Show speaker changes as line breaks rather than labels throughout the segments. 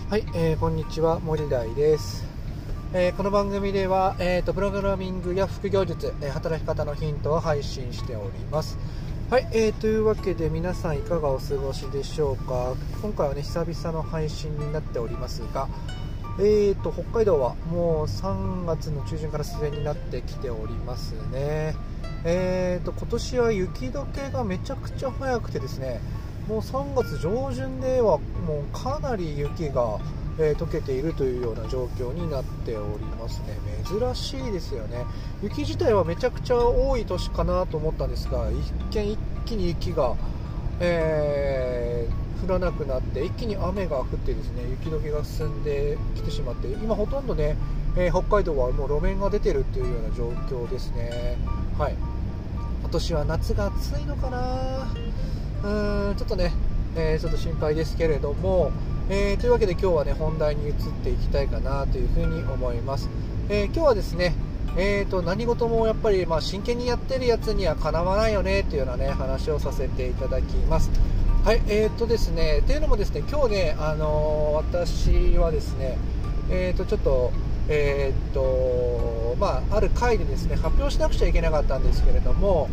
はい、こんにちは、森大です。この番組では、プログラミングや副業術、働き方のヒントを配信しております。はい、というわけで皆さんいかがお過ごしでしょうか。今回はね、久々の配信になっておりますが、北海道はもう3月の中旬から自然になってきておりますね。今年は雪解けがめちゃくちゃ早くてですね、もう3月上旬ではもうかなり雪が、溶けているというような状況になっておりますね。珍しいですよね。雪自体はめちゃくちゃ多い年かなと思ったんですが、一気に雪が、降らなくなって一気に雨が降ってですね、雪解けが進んできてしまって、今ほとんどね、北海道はもう路面が出てるというような状況ですね。はい、今年は夏が暑いのかな、ちょっとね、ちょっと心配ですけれども、というわけで今日はね、本題に移っていきたいかなというふうに思います。今日はですね、何事もやっぱり、真剣にやってるやつにはかなわないよねというようなね、話をさせていただきます。はい、ですね、というのもですね、今日ね、私はですね、ちょっと、ある会でですね、発表しなくちゃいけなかったんですけれども、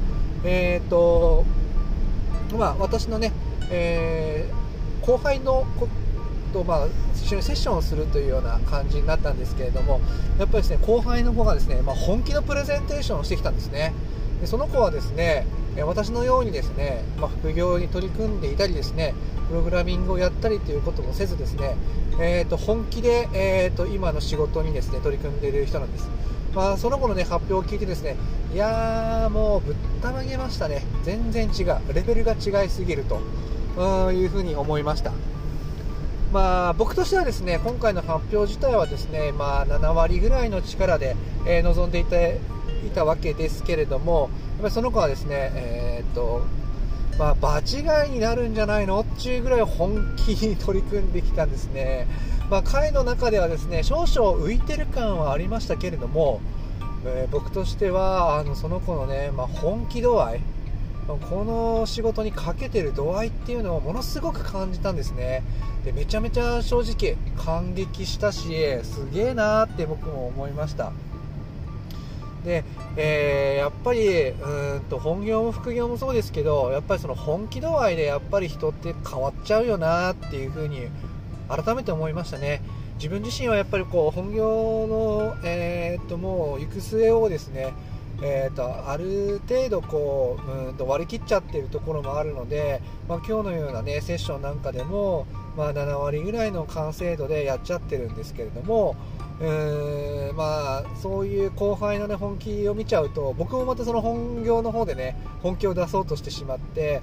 私のね、後輩の子と、一緒にセッションをするというような感じになったんですけれども、やっぱりですね、後輩の子がですね、本気のプレゼンテーションをしてきたんですね。でその子はですね、私のようにですね、副業に取り組んでいたりですね、プログラミングをやったりということもせずですね、本気で、今の仕事にですね取り組んでいる人なんです。その子のね、発表を聞いてですね、いやーもうぶったまげましたね。全然違う、レベルが違いすぎるというふうに思いました。僕としてはですね、今回の発表自体はですね、7割ぐらいの力で、臨んでいたわけですけれども、やっぱりその子はですね、場違いになるんじゃないのっていうぐらい本気に取り組んできたんですね。彼の中ではですね、少々浮いてる感はありましたけれども、僕としてはその子のね、本気度合い、この仕事にかけてる度合いっていうのをものすごく感じたんですね。でめちゃめちゃ正直感激したし、すげえなーって僕も思いました。で、やっぱり本業も副業もそうですけど、やっぱりその本気度合いでやっぱり人って変わっちゃうよなっていう風に改めて思いましたね。自分自身はやっぱり本業の、もう行く末をですね、ある程度割り切っちゃっているところもあるので、今日のようなねセッションなんかでも、7割ぐらいの完成度でやっちゃってるんですけれども、そういう後輩のね本気を見ちゃうと、僕もまたその本業の方でね本気を出そうとしてしまって、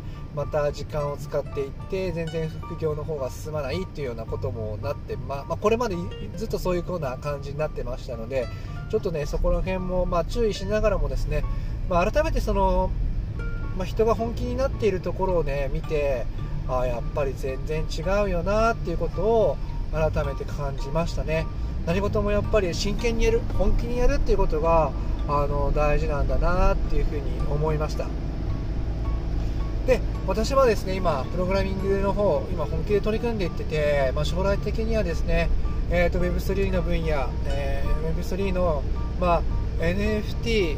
また時間を使っていって全然副業の方が進まないっていうようなこともなって、これまでずっとそういうような感じになってましたので、ちょっとねそこら辺も注意しながらもですね、改めてその、人が本気になっているところをね見て、やっぱり全然違うよなっていうことを改めて感じましたね。何事もやっぱり真剣にやる、本気にやるっていうことが大事なんだなっていうふうに思いました。で、私はですね、今プログラミングの方今本気で取り組んでいってて、将来的にはですね、Web3 の分野、Web3 の、NFT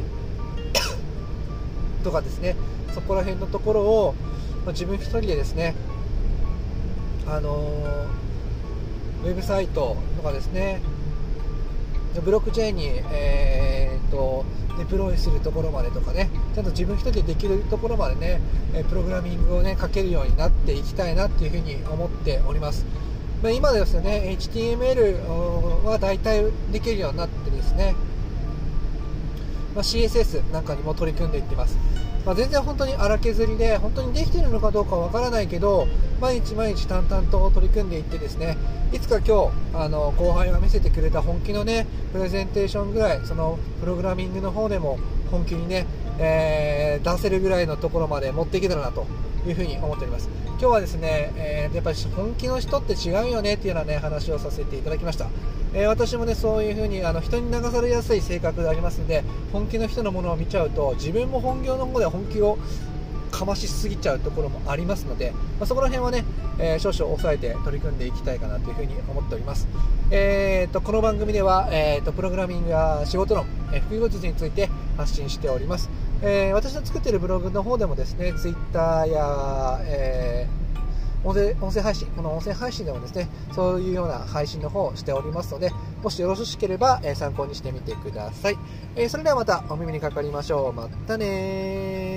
とかですね、そこら辺のところを、自分一人でですね、ウェブサイトとかですね、ブロックチェーンに、デプロイするところまでとかね、ちゃんと自分一人でできるところまでね、プログラミングをね書けるようになっていきたいなっていうふうに思っております。今ですね HTML は大体できるようになってですね、CSS なんかにも取り組んでいってます。全然本当に荒削りで本当にできているのかどうかわからないけど、毎日淡々と取り組んでいってですね、いつか今日後輩が見せてくれた本気のねプレゼンテーションぐらい、そのプログラミングの方でも本気にね、出せるぐらいのところまで持っていけたらなというふうに思っております。今日はですね、やっぱり本気の人って違うよねっていうようなね話をさせていただきました。私もねそういうふうに人に流されやすい性格でありますので、本気の人のものを見ちゃうと自分も本業の方で本気をかましすぎちゃうところもありますので、そこら辺はね、少々抑えて取り組んでいきたいかなというふうに思っております。この番組では、プログラミングや仕事論、副業術について発信しております。私の作っているブログの方でもですね、ツイッターや、音声配信、この音声配信でもですね、そういうような配信の方をしておりますので、もしよろしければ、参考にしてみてください。それではまたお耳にかかりましょう。またねー。